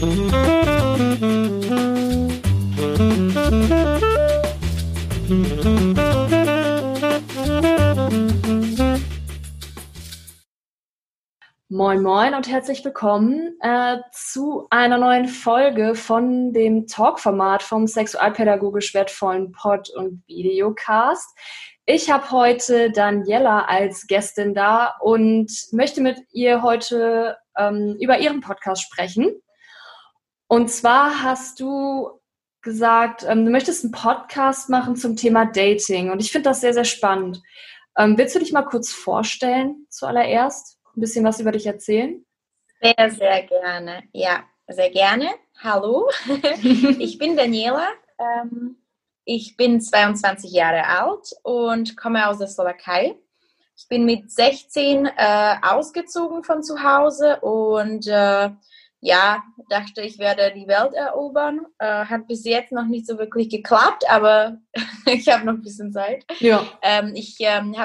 Moin Moin und herzlich willkommen zu einer neuen Folge von dem Talkformat vom sexualpädagogisch wertvollen Pod- und Videocast. Ich habe heute Daniela als Gästin da und möchte mit ihr heute über ihren Podcast sprechen. Und zwar hast du gesagt, du möchtest einen Podcast machen zum Thema Dating und ich finde das sehr, sehr spannend. Willst du dich mal kurz vorstellen zuallererst? Ein bisschen was über dich erzählen? Sehr, sehr gerne. Ja, sehr gerne. Hallo, ich bin Daniela. Ich bin 22 Jahre alt und komme aus der Slowakei. Ich bin mit 16 ausgezogen von zu Hause und dachte, ich werde die Welt erobern. Hat bis jetzt noch nicht so wirklich geklappt, aber ich habe noch ein bisschen Zeit. Ja. Ich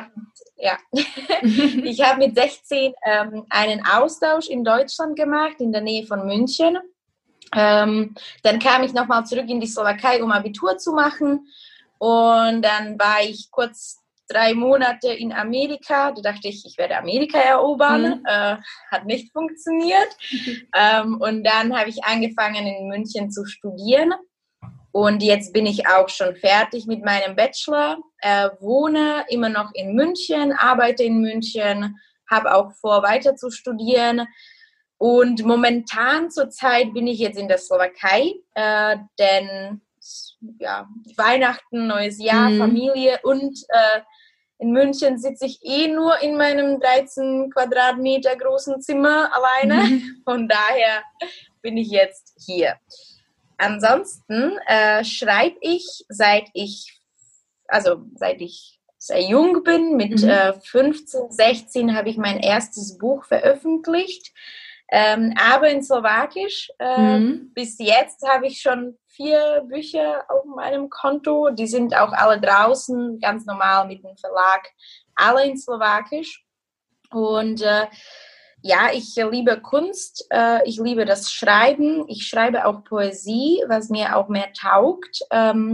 habe mit 16 einen Austausch in Deutschland gemacht, in der Nähe von München. Dann kam ich nochmal zurück in die Slowakei, um Abitur zu machen. Und dann war ich kurz 3 Monate in Amerika. Da dachte ich, ich werde Amerika erobern. Hat nicht funktioniert. Und dann habe ich angefangen, in München zu studieren. Und jetzt bin ich auch schon fertig mit meinem Bachelor, wohne immer noch in München, arbeite in München, habe auch vor, weiter zu studieren. Und momentan zurzeit bin ich jetzt in der Slowakei, denn ja, Weihnachten, neues Jahr, Familie und in München sitze ich nur in meinem 13 Quadratmeter großen Zimmer alleine. Von daher bin ich jetzt hier. Ansonsten schreibe ich, seit ich sehr jung bin, mit 15, 16 habe ich mein erstes Buch veröffentlicht, aber in Slowakisch. Bis jetzt habe ich schon 4 Bücher auf meinem Konto, die sind auch alle draußen, ganz normal mit dem Verlag, alle in Slowakisch. Und ich liebe Kunst, ich liebe das Schreiben, ich schreibe auch Poesie, was mir auch mehr taugt.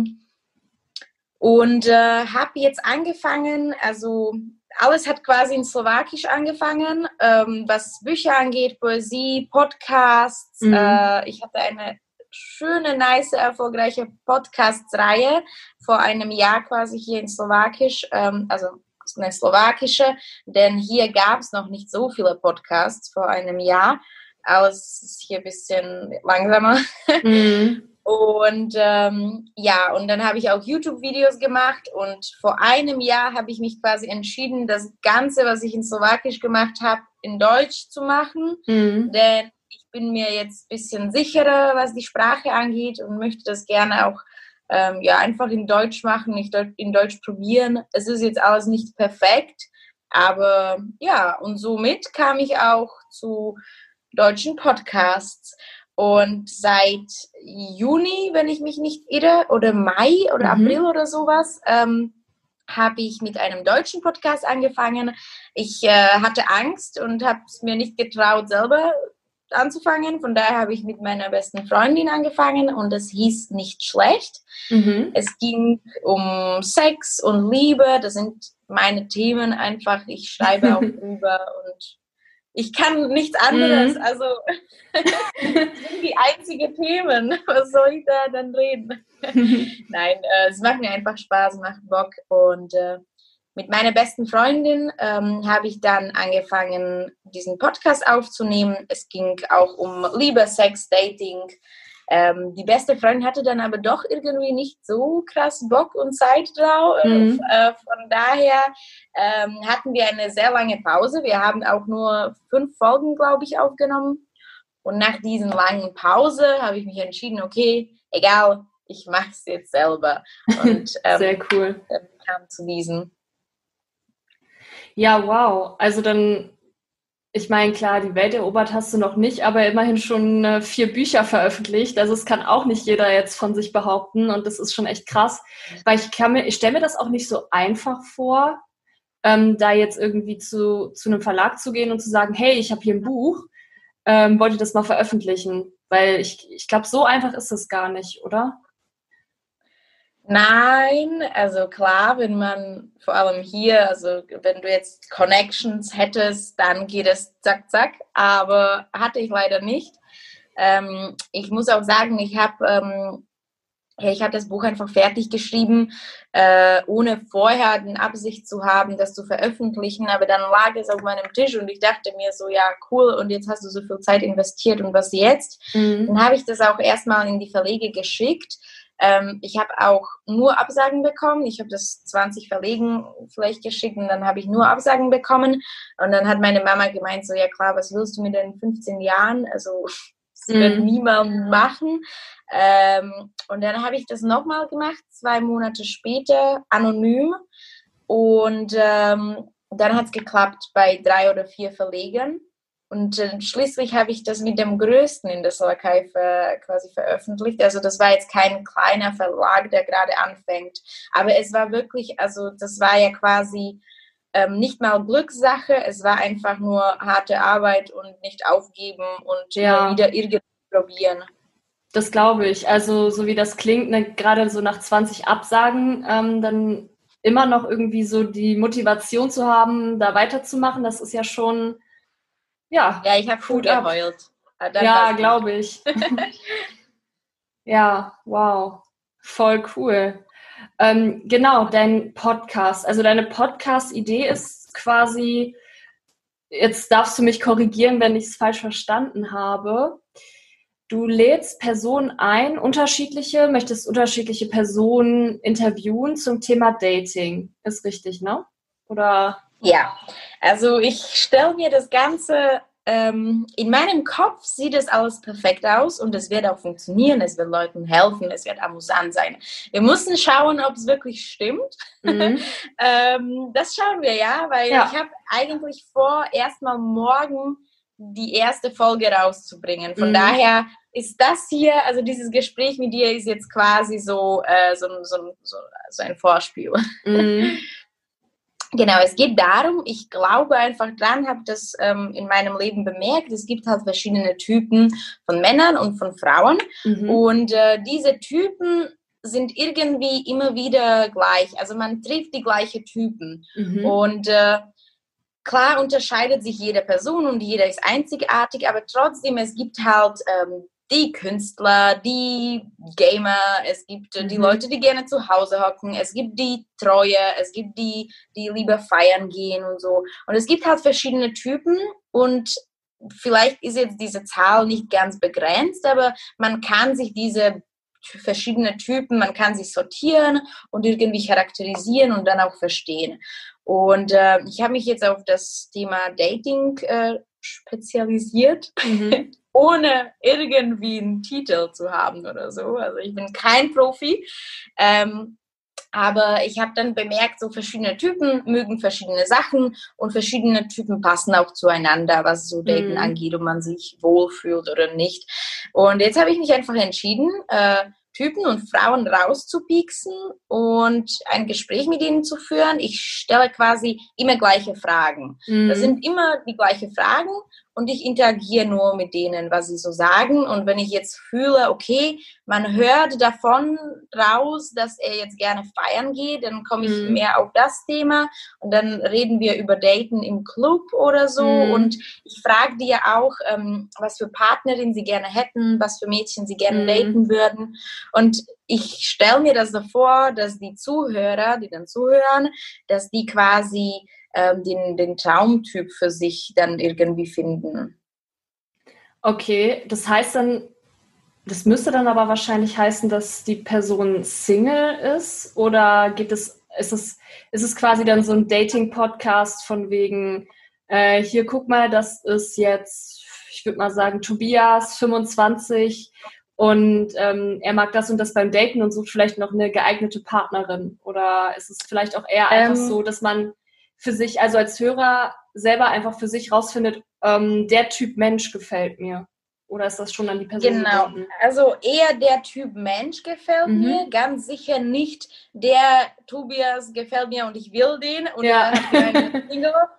Habe jetzt angefangen, also alles hat quasi in Slowakisch angefangen, was Bücher angeht, Poesie, Podcasts. Ich hatte eine schöne, nice, erfolgreiche Podcast-Reihe vor einem Jahr quasi hier in Slowakisch, eine slowakische, denn hier gab es noch nicht so viele Podcasts vor einem Jahr, aber es ist hier ein bisschen langsamer. Und und dann habe ich auch YouTube-Videos gemacht und vor einem Jahr habe ich mich quasi entschieden, das Ganze, was ich in Slowakisch gemacht habe, in Deutsch zu machen, denn ich bin mir jetzt ein bisschen sicherer, was die Sprache angeht und möchte das gerne auch einfach in Deutsch machen, nicht in Deutsch probieren. Es ist jetzt alles nicht perfekt, aber ja, und somit kam ich auch zu deutschen Podcasts. Und seit Juni, wenn ich mich nicht irre, oder Mai oder April oder sowas, habe ich mit einem deutschen Podcast angefangen. Ich hatte Angst und habe es mir nicht getraut, selber anzufangen. Von daher habe ich mit meiner besten Freundin angefangen und es hieß Nicht schlecht. Es ging um Sex und Liebe. Das sind meine Themen einfach. Ich schreibe auch drüber und ich kann nichts anderes. Also das sind die einzigen Themen. Was soll ich da dann reden? Nein, es macht mir einfach Spaß, macht Bock. Und mit meiner besten Freundin habe ich dann angefangen, diesen Podcast aufzunehmen. Es ging auch um Liebe, Sex, Dating. Die beste Freundin hatte dann aber doch irgendwie nicht so krass Bock und Zeit drauf. Von daher hatten wir eine sehr lange Pause. Wir haben auch nur 5 Folgen, glaube ich, aufgenommen. Und nach diesen langen Pause habe ich mich entschieden, okay, egal, ich mache es jetzt selber. Und sehr cool. Dann kam zu diesem. Ja, wow. Also dann, ich meine, klar, die Welt erobert hast du noch nicht, aber immerhin schon 4 Bücher veröffentlicht. Also es kann auch nicht jeder jetzt von sich behaupten und das ist schon echt krass, weil ich stelle mir das auch nicht so einfach vor, da jetzt irgendwie zu einem Verlag zu gehen und zu sagen, hey, ich habe hier ein Buch, wollt ihr das mal veröffentlichen? Weil ich glaube, so einfach ist es gar nicht, oder? Nein, also klar, wenn man vor allem hier, also wenn du jetzt Connections hättest, dann geht es zack, zack, aber hatte ich leider nicht. Ich muss auch sagen, ich habe das Buch einfach fertig geschrieben, ohne vorher die Absicht zu haben, das zu veröffentlichen. Aber dann lag es auf meinem Tisch und ich dachte mir so, ja, cool, und jetzt hast du so viel Zeit investiert und was jetzt? Dann habe ich das auch erstmal in die Verlege geschickt. Ich habe auch nur Absagen bekommen. Ich habe das 20 Verlegen vielleicht geschickt und dann habe ich nur Absagen bekommen. Und dann hat meine Mama gemeint, so, ja klar, was willst du mit den 15 Jahren? Also das wird niemand machen. Und dann habe ich das nochmal gemacht, 2 Monate später, anonym. Und dann hat es geklappt bei 3 oder 4 Verlegern. Und schließlich habe ich das mit dem Größten in der Slowakei quasi veröffentlicht. Also das war jetzt kein kleiner Verlag, der gerade anfängt. Aber es war wirklich, also das war ja quasi nicht mal Glückssache. Es war einfach nur harte Arbeit und nicht aufgeben und immer wieder irgendwie probieren. Das glaube ich. Also so wie das klingt, ne, gerade so nach 20 Absagen, dann immer noch irgendwie so die Motivation zu haben, da weiterzumachen, das ist ja schon, ja, ich habe gut geheult. Ja, glaube ich. Ja, wow. Voll cool. Genau, dein Podcast. Also deine Podcast-Idee ist quasi, jetzt darfst du mich korrigieren, wenn ich es falsch verstanden habe. Du lädst Personen ein, möchtest unterschiedliche Personen interviewen zum Thema Dating. Ist richtig, ne? Oder? Ja, also ich stelle mir das Ganze, in meinem Kopf sieht es alles perfekt aus und es wird auch funktionieren, es wird Leuten helfen, es wird amüsant sein. Wir müssen schauen, ob es wirklich stimmt. Das schauen wir, weil ich habe eigentlich vor, erstmal morgen die erste Folge rauszubringen. Von daher ist das hier, also dieses Gespräch mit dir ist jetzt quasi so ein Vorspiel. Genau, es geht darum, ich glaube einfach dran, habe das in meinem Leben bemerkt, es gibt halt verschiedene Typen von Männern und von Frauen und diese Typen sind irgendwie immer wieder gleich, also man trifft die gleichen Typen und klar unterscheidet sich jede Person und jeder ist einzigartig, aber trotzdem, es gibt halt die Künstler, die Gamer, es gibt die Leute, die gerne zu Hause hocken, es gibt die Treue, es gibt die lieber feiern gehen und so. Und es gibt halt verschiedene Typen und vielleicht ist jetzt diese Zahl nicht ganz begrenzt, aber man kann sich diese verschiedene Typen, man kann sie sortieren und irgendwie charakterisieren und dann auch verstehen. Und ich habe mich jetzt auf das Thema Dating spezialisiert, ohne irgendwie einen Titel zu haben oder so. Also ich bin kein Profi, aber ich habe dann bemerkt, so verschiedene Typen mögen verschiedene Sachen und verschiedene Typen passen auch zueinander, was so Daten angeht, ob man sich wohlfühlt oder nicht. Und jetzt habe ich mich einfach entschieden, Typen und Frauen rauszupieksen und ein Gespräch mit ihnen zu führen. Ich stelle quasi immer gleiche Fragen. Das sind immer die gleichen Fragen und ich interagiere nur mit denen, was sie so sagen. Und wenn ich jetzt fühle, okay, man hört davon raus, dass er jetzt gerne feiern geht, dann komme ich mehr auf das Thema und dann reden wir über Daten im Club oder so. Und ich frage die ja auch, was für Partnerin sie gerne hätten, was für Mädchen sie gerne daten würden. Und ich stelle mir das so vor, dass die Zuhörer, die dann zuhören, dass die quasi den Traumtyp für sich dann irgendwie finden. Okay, das heißt dann, das müsste dann aber wahrscheinlich heißen, dass die Person Single ist, oder ist es quasi dann so ein Dating-Podcast von wegen, hier guck mal, das ist jetzt, ich würde mal sagen, Tobias, 25 und er mag das und das beim Daten und sucht vielleicht noch eine geeignete Partnerin, oder ist es vielleicht auch eher einfach so, dass man für sich, also als Hörer selber einfach für sich rausfindet, der Typ Mensch gefällt mir? Oder ist das schon an die Person gebunden? Also eher der Typ Mensch gefällt mir, ganz sicher nicht der Tobias gefällt mir und ich will den und er hat eine Single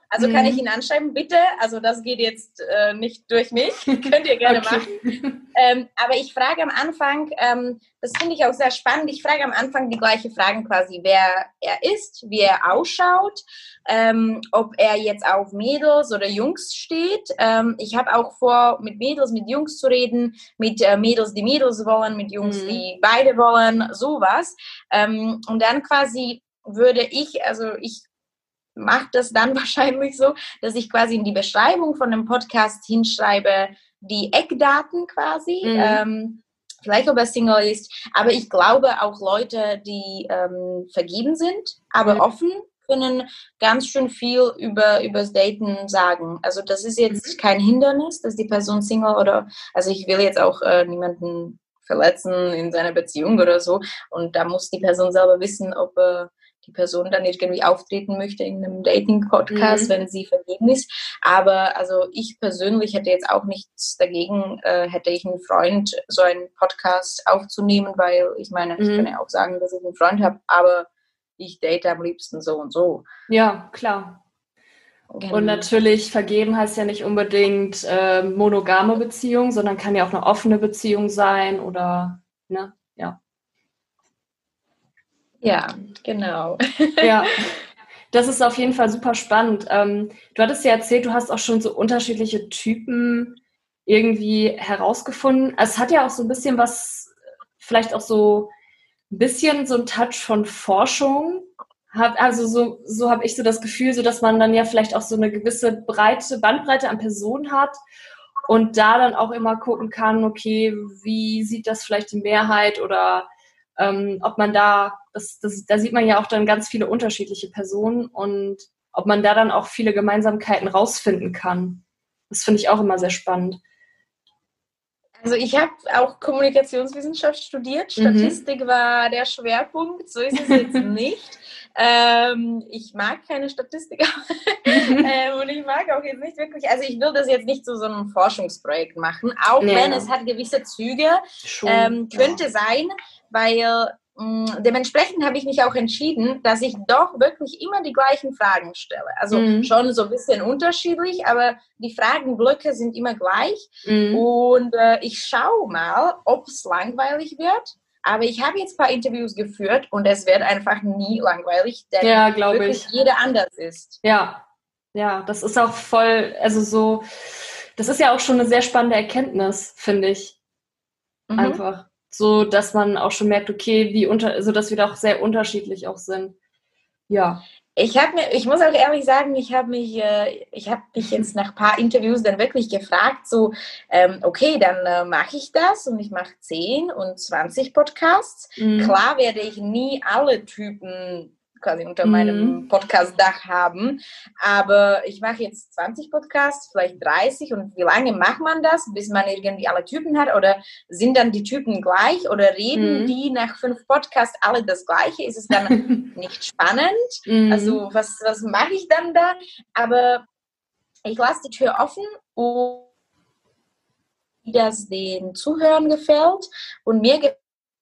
Also kann ich ihn anschreiben, bitte. Also das geht jetzt nicht durch mich. Könnt ihr gerne machen. Aber ich frage am Anfang, das finde ich auch sehr spannend, ich frage am Anfang die gleiche Fragen quasi, wer er ist, wie er ausschaut, ob er jetzt auf Mädels oder Jungs steht. Ich habe auch vor, mit Mädels, mit Jungs zu reden, mit Mädels, die Mädels wollen, mit Jungs, die beide wollen, sowas. Und dann quasi würde ich mache das dann wahrscheinlich so, dass ich quasi in die Beschreibung von dem Podcast hinschreibe, die Eckdaten quasi, vielleicht ob er Single ist, aber ich glaube auch Leute, die vergeben sind, aber offen, können ganz schön viel übers Daten sagen. Also das ist jetzt kein Hindernis, dass die Person Single also ich will jetzt auch niemanden verletzen in seiner Beziehung oder so und da muss die Person selber wissen, ob die Person dann irgendwie auftreten möchte in einem Dating-Podcast, wenn sie vergeben ist. Aber also ich persönlich hätte jetzt auch nichts dagegen, hätte ich einen Freund, so einen Podcast aufzunehmen, weil ich meine, ich kann ja auch sagen, dass ich einen Freund habe, aber ich date am liebsten so und so. Ja, klar. Genau. Und natürlich, vergeben heißt ja nicht unbedingt monogame Beziehung, sondern kann ja auch eine offene Beziehung sein oder, ne, ja. Ja, genau. Ja, das ist auf jeden Fall super spannend. Du hattest ja erzählt, du hast auch schon so unterschiedliche Typen irgendwie herausgefunden. Also es hat ja auch so ein bisschen was, vielleicht auch so ein bisschen so ein Touch von Forschung. Also so habe ich so das Gefühl, so dass man dann ja vielleicht auch so eine gewisse Bandbreite an Personen hat und da dann auch immer gucken kann, okay, wie sieht das vielleicht die Mehrheit oder ob man da sieht man ja auch dann ganz viele unterschiedliche Personen und ob man da dann auch viele Gemeinsamkeiten rausfinden kann. Das finde ich auch immer sehr spannend. Also ich habe auch Kommunikationswissenschaft studiert. Statistik war der Schwerpunkt. So ist es jetzt nicht. Ich mag keine Statistik. Und ich mag auch jetzt nicht wirklich, also ich will das jetzt nicht zu so einem Forschungsprojekt machen, auch wenn es hat gewisse Züge. Könnte sein, weil dementsprechend habe ich mich auch entschieden, dass ich doch wirklich immer die gleichen Fragen stelle. Also schon so ein bisschen unterschiedlich, aber die Fragenblöcke sind immer gleich. Und ich schaue mal, ob es langweilig wird. Aber ich habe jetzt ein paar Interviews geführt und es wird einfach nie langweilig, denn wirklich jeder anders ist. Ja, das ist auch voll, also so, das ist ja auch schon eine sehr spannende Erkenntnis, finde ich. Einfach. So, dass man auch schon merkt, okay, so dass wir doch sehr unterschiedlich auch sind. Ja. Ich muss auch ehrlich sagen, ich habe mich jetzt nach ein paar Interviews dann wirklich gefragt, so, okay, dann mache ich das und ich mache 10 und 20 Podcasts. Klar werde ich nie alle Typen quasi unter meinem Podcast-Dach haben, aber ich mache jetzt 20 Podcasts, vielleicht 30 und wie lange macht man das, bis man irgendwie alle Typen hat oder sind dann die Typen gleich oder reden die nach 5 Podcasts alle das Gleiche, ist es dann nicht spannend, also was mache ich dann da, aber ich lasse die Tür offen und wie das den Zuhörern gefällt und mir gefällt.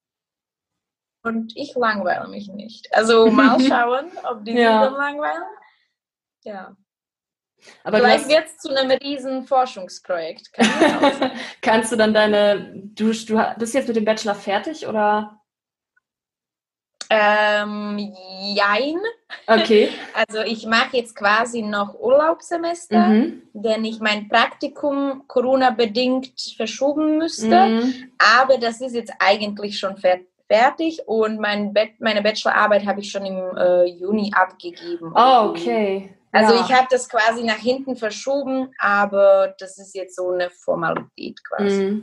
Und ich langweile mich nicht. Also mal schauen, ob die sich dann langweilen. Ja. Aber vielleicht wird es zu einem riesen Forschungsprojekt. Kannst du dann du bist jetzt mit dem Bachelor fertig, oder? Jein. Okay. Also ich mache jetzt quasi noch Urlaubssemester, denn ich mein Praktikum Corona-bedingt verschoben müsste. Aber das ist jetzt eigentlich schon fertig und meine Bachelorarbeit habe ich schon im Juni abgegeben. Oh, okay. Also ich habe das quasi nach hinten verschoben, aber das ist jetzt so eine Formalität quasi.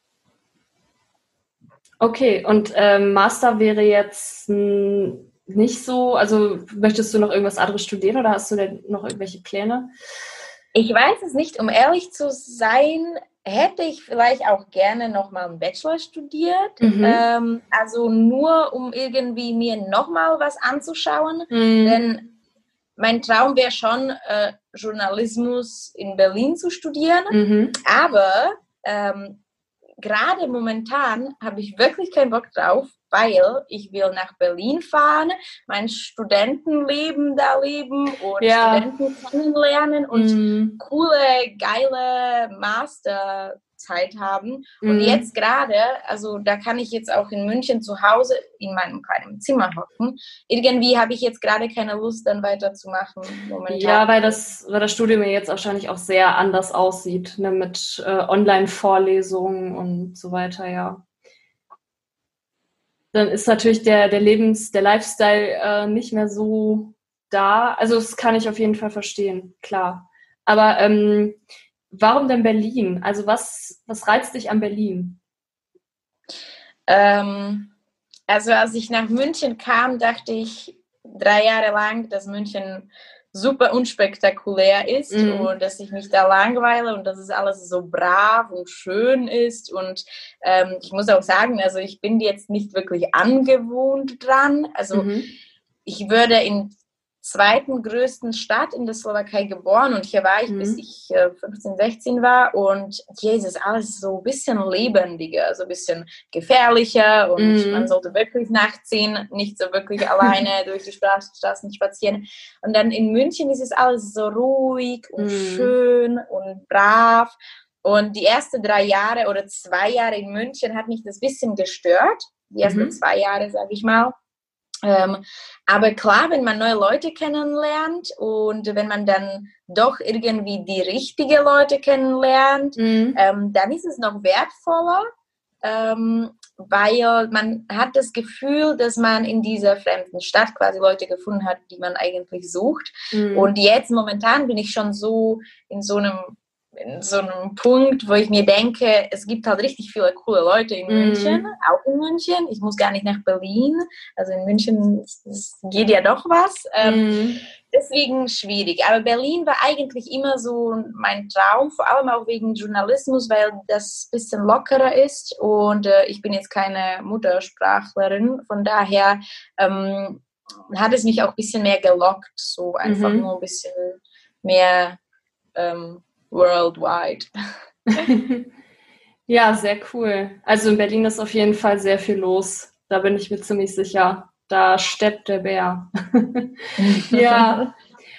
Okay, und Master wäre jetzt nicht so, also möchtest du noch irgendwas anderes studieren oder hast du denn noch irgendwelche Pläne? Ich weiß es nicht, um ehrlich zu sein, hätte ich vielleicht auch gerne nochmal einen Bachelor studiert, also nur um irgendwie mir nochmal was anzuschauen, denn mein Traum wäre schon, Journalismus in Berlin zu studieren, aber gerade momentan habe ich wirklich keinen Bock drauf, weil ich will nach Berlin fahren, mein Studentenleben da leben und Studenten kennenlernen und coole, geile Masterzeit haben. Und jetzt gerade, also da kann ich jetzt auch in München zu Hause in meinem kleinen Zimmer hocken. Irgendwie habe ich jetzt gerade keine Lust, dann weiterzumachen momentan. Ja, weil das Studium ja jetzt wahrscheinlich auch sehr anders aussieht, ne, mit Online-Vorlesungen und so weiter, ja. Dann ist natürlich der Lifestyle nicht mehr so da. Also das kann ich auf jeden Fall verstehen, klar. Aber warum denn Berlin? Also was reizt dich an Berlin? Also als ich nach München kam, dachte ich 3 Jahre lang, dass München super unspektakulär ist und dass ich mich da langweile und dass es alles so brav und schön ist. Und ich muss auch sagen, also ich bin jetzt nicht wirklich angewohnt dran. Also ich würde in zweiten größten Stadt in der Slowakei geboren und hier war ich, bis ich 15, 16 war und hier ist es alles so ein bisschen lebendiger, so ein bisschen gefährlicher und man sollte wirklich nachts nicht so wirklich alleine durch die Straßen spazieren. Und dann in München ist es alles so ruhig und schön und brav. Und die ersten 3 Jahre oder 2 Jahre in München hat mich das ein bisschen gestört, die ersten 2 Jahre, sage ich mal. Aber klar, wenn man neue Leute kennenlernt und wenn man dann doch irgendwie die richtigen Leute kennenlernt, dann ist es noch wertvoller, weil man hat das Gefühl, dass man in dieser fremden Stadt quasi Leute gefunden hat, die man eigentlich sucht. Und jetzt momentan bin ich schon so in so einem Punkt, wo ich mir denke, es gibt halt richtig viele coole Leute in München, auch in München. Ich muss gar nicht nach Berlin. Also in München geht ja doch was. Deswegen schwierig. Aber Berlin war eigentlich immer so mein Traum, vor allem auch wegen Journalismus, weil das ein bisschen lockerer ist. Und ich bin jetzt keine Muttersprachlerin. Von daher hat es mich auch ein bisschen mehr gelockt. So einfach nur ein bisschen mehr worldwide. Ja, sehr cool. Also in Berlin ist auf jeden Fall sehr viel los. Da bin ich mir ziemlich sicher. Da steppt der Bär. Ja.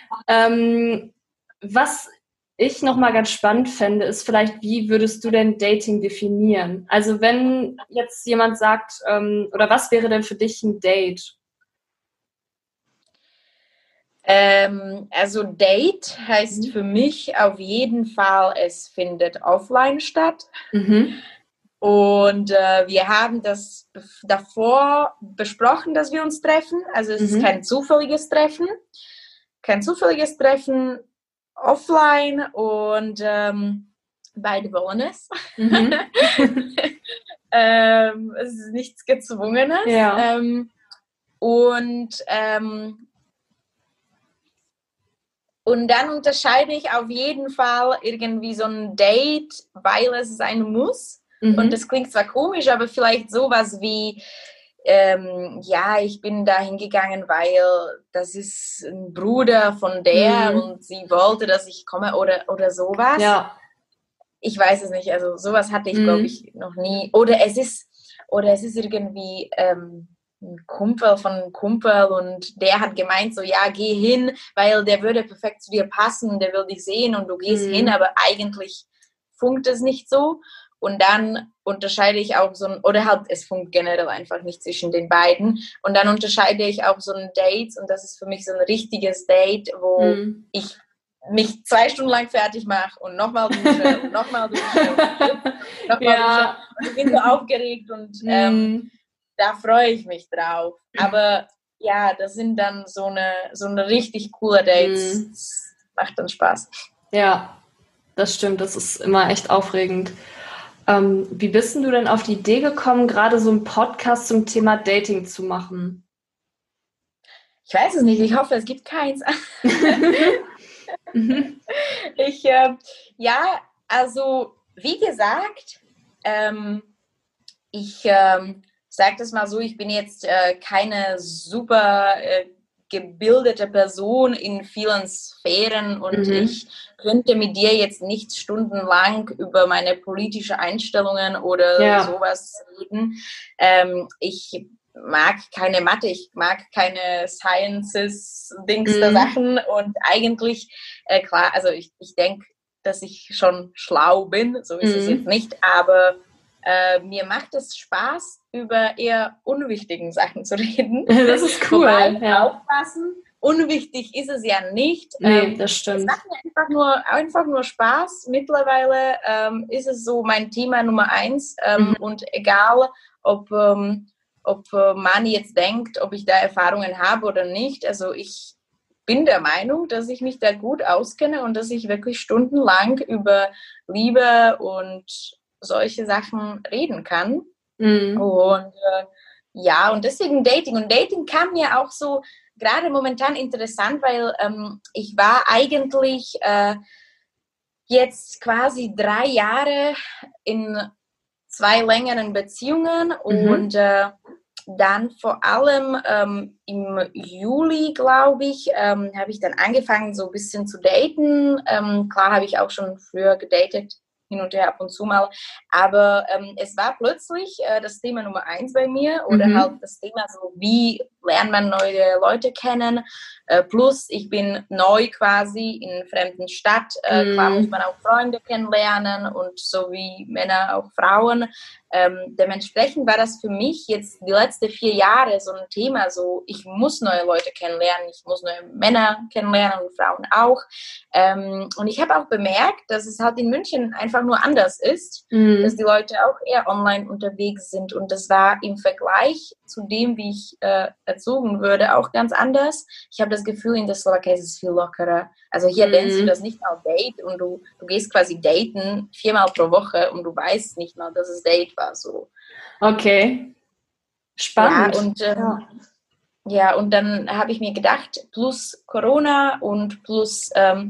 Was ich nochmal ganz spannend fände, ist vielleicht, wie würdest du denn Dating definieren? Also wenn jetzt jemand sagt, oder was wäre denn für dich ein Date? Also Date heißt für mich auf jeden Fall, es findet offline statt. Und wir haben das davor besprochen, dass wir uns treffen. Also es ist kein zufälliges Treffen. Kein zufälliges Treffen offline und beide wollen es. Es ist nichts Gezwungenes. Ja. Und dann unterscheide ich auf jeden Fall irgendwie so ein Date, weil es sein muss. Und das klingt zwar komisch, aber vielleicht sowas wie, ich bin da hingegangen, weil das ist ein Bruder von der und sie wollte, dass ich komme oder sowas. Ja. Ich weiß es nicht, also sowas hatte ich, glaube ich, noch nie. Oder es ist irgendwie ein Kumpel von einem Kumpel und der hat gemeint so, ja, geh hin, weil der würde perfekt zu dir passen, der will dich sehen und du gehst hin, aber eigentlich funkt es nicht so. Und dann unterscheide ich auch so oder halt, es funkt generell einfach nicht zwischen den beiden. Und dann unterscheide ich auch so ein Date und das ist für mich so ein richtiges Date, wo ich mich 2 Stunden lang fertig mache und nochmal dusche und nochmal dusche und nochmal dusche. Und ich bin so aufgeregt und da freue ich mich drauf. Aber ja, das sind dann so eine richtig coole Dates. Das macht dann Spaß. Ja, das stimmt. Das ist immer echt aufregend. Wie bist du denn auf die Idee gekommen, gerade so einen Podcast zum Thema Dating zu machen? Ich weiß es nicht. Ich hoffe, es gibt keins. Also wie gesagt, ich sage das mal so, ich bin jetzt keine super gebildete Person in vielen Sphären und ich könnte mit dir jetzt nicht stundenlang über meine politischen Einstellungen oder sowas reden. Ich mag keine Mathe, ich mag keine Sciences-Dings der Sachen und eigentlich, klar, also ich denke, dass ich schon schlau bin, so ist es jetzt nicht, aber mir macht es Spaß, über eher unwichtigen Sachen zu reden. Das ist cool. Wobei, aufpassen, unwichtig ist es ja nicht. Nee, das stimmt. Es macht mir einfach nur Spaß. Mittlerweile ist es so mein Thema Nummer 1 und egal, ob man jetzt denkt, ob ich da Erfahrungen habe oder nicht, also ich bin der Meinung, dass ich mich da gut auskenne und dass ich wirklich stundenlang über Liebe und solche Sachen reden kann. Und ja, und deswegen Dating. Und Dating kam mir auch so gerade momentan interessant, weil ich war eigentlich jetzt quasi 3 Jahre in 2 längeren Beziehungen und dann vor allem im Juli, glaube ich, habe ich dann angefangen, so ein bisschen zu daten. Klar habe ich auch schon früher gedatet, hin und her ab und zu mal. Aber es war plötzlich das Thema Nummer 1 bei mir oder halt das Thema so, wie lernt man neue Leute kennen. Plus ich bin neu quasi in einer fremden Stadt. Klar muss man auch Freunde kennenlernen und so wie Männer auch Frauen. Dementsprechend war das für mich jetzt die letzten 4 Jahre so ein Thema, so ich muss neue Leute kennenlernen, ich muss neue Männer kennenlernen und Frauen auch. Und ich habe auch bemerkt, dass es halt in München einfach nur anders ist, dass die Leute auch eher online unterwegs sind und das war im Vergleich zu dem, wie ich erzogen würde, auch ganz anders. Ich habe das Gefühl, in der Slowakei ist es viel lockerer. Also hier nennst du das nicht mal Date und du gehst quasi daten 4-mal pro Woche und du weißt nicht mal, dass es Date war. So. Okay, spannend. Ja, und dann habe ich mir gedacht, plus Corona und plus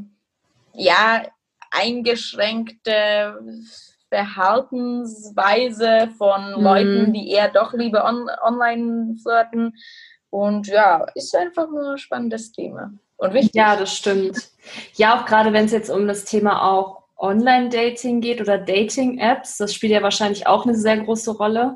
eingeschränkte Verhaltensweise von Leuten, die eher doch lieber online flirten. Und ja, ist einfach nur ein spannendes Thema. Und wichtig. Ja, das stimmt. Ja, auch gerade wenn es jetzt um das Thema auch Online-Dating geht oder Dating-Apps, das spielt ja wahrscheinlich auch eine sehr große Rolle.